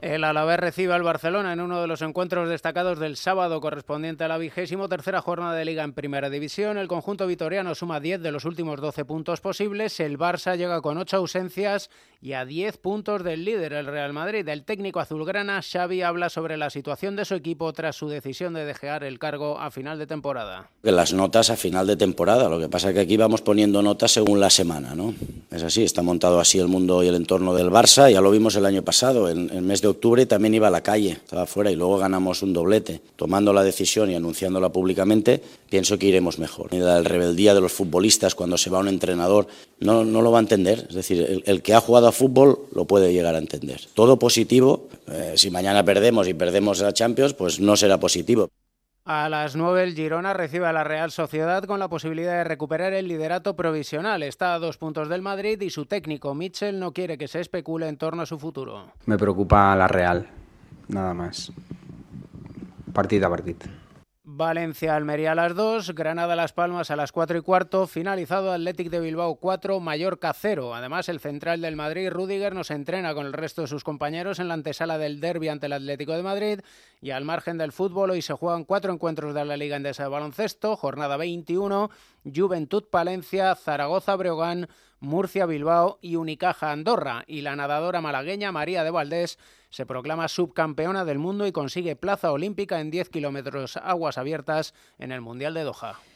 El Alavés recibe al Barcelona en uno de los encuentros destacados del sábado correspondiente a la 23ª jornada de Liga en Primera División. El conjunto vitoriano suma 10 de los últimos 12 puntos posibles. El Barça llega con 8 ausencias y a 10 puntos del líder, el Real Madrid. El técnico azulgrana, Xavi, habla sobre la situación de su equipo tras su decisión de dejar el cargo a final de temporada. Las notas a final de temporada, lo que pasa es que aquí vamos poniendo notas según la semana, ¿no? Es así, está montado así el mundo y el entorno del Barça, ya lo vimos el año pasado, en el mes de octubre también iba a la calle, estaba fuera y luego ganamos un doblete. Tomando la decisión y anunciándola públicamente, pienso que iremos mejor. La rebeldía de los futbolistas cuando se va un entrenador no lo va a entender, es decir, el que ha jugado a fútbol lo puede llegar a entender. Todo positivo, si mañana perdemos y perdemos a Champions, pues no será positivo. A las 9 el Girona recibe a la Real Sociedad con la posibilidad de recuperar el liderato provisional. Está a 2 puntos del Madrid y su técnico Mitchell no quiere que se especule en torno a su futuro. Me preocupa la Real, nada más. Partido a partido. Valencia-Almería a las 2, Granada-Las Palmas a las 4:15, finalizado Athletic de Bilbao 4, Mallorca 0. Además, el central del Madrid, Rüdiger, nos entrena con el resto de sus compañeros en la antesala del derbi ante el Atlético de Madrid. Y al margen del fútbol, hoy se juegan 4 encuentros de la Liga Endesa de Baloncesto, jornada 21, Juventud-Palencia, Zaragoza-Breogán, Murcia-Bilbao y Unicaja-Andorra. Y la nadadora malagueña María de Valdés se proclama subcampeona del mundo y consigue plaza olímpica en 10 kilómetros aguas abiertas en el Mundial de Doha.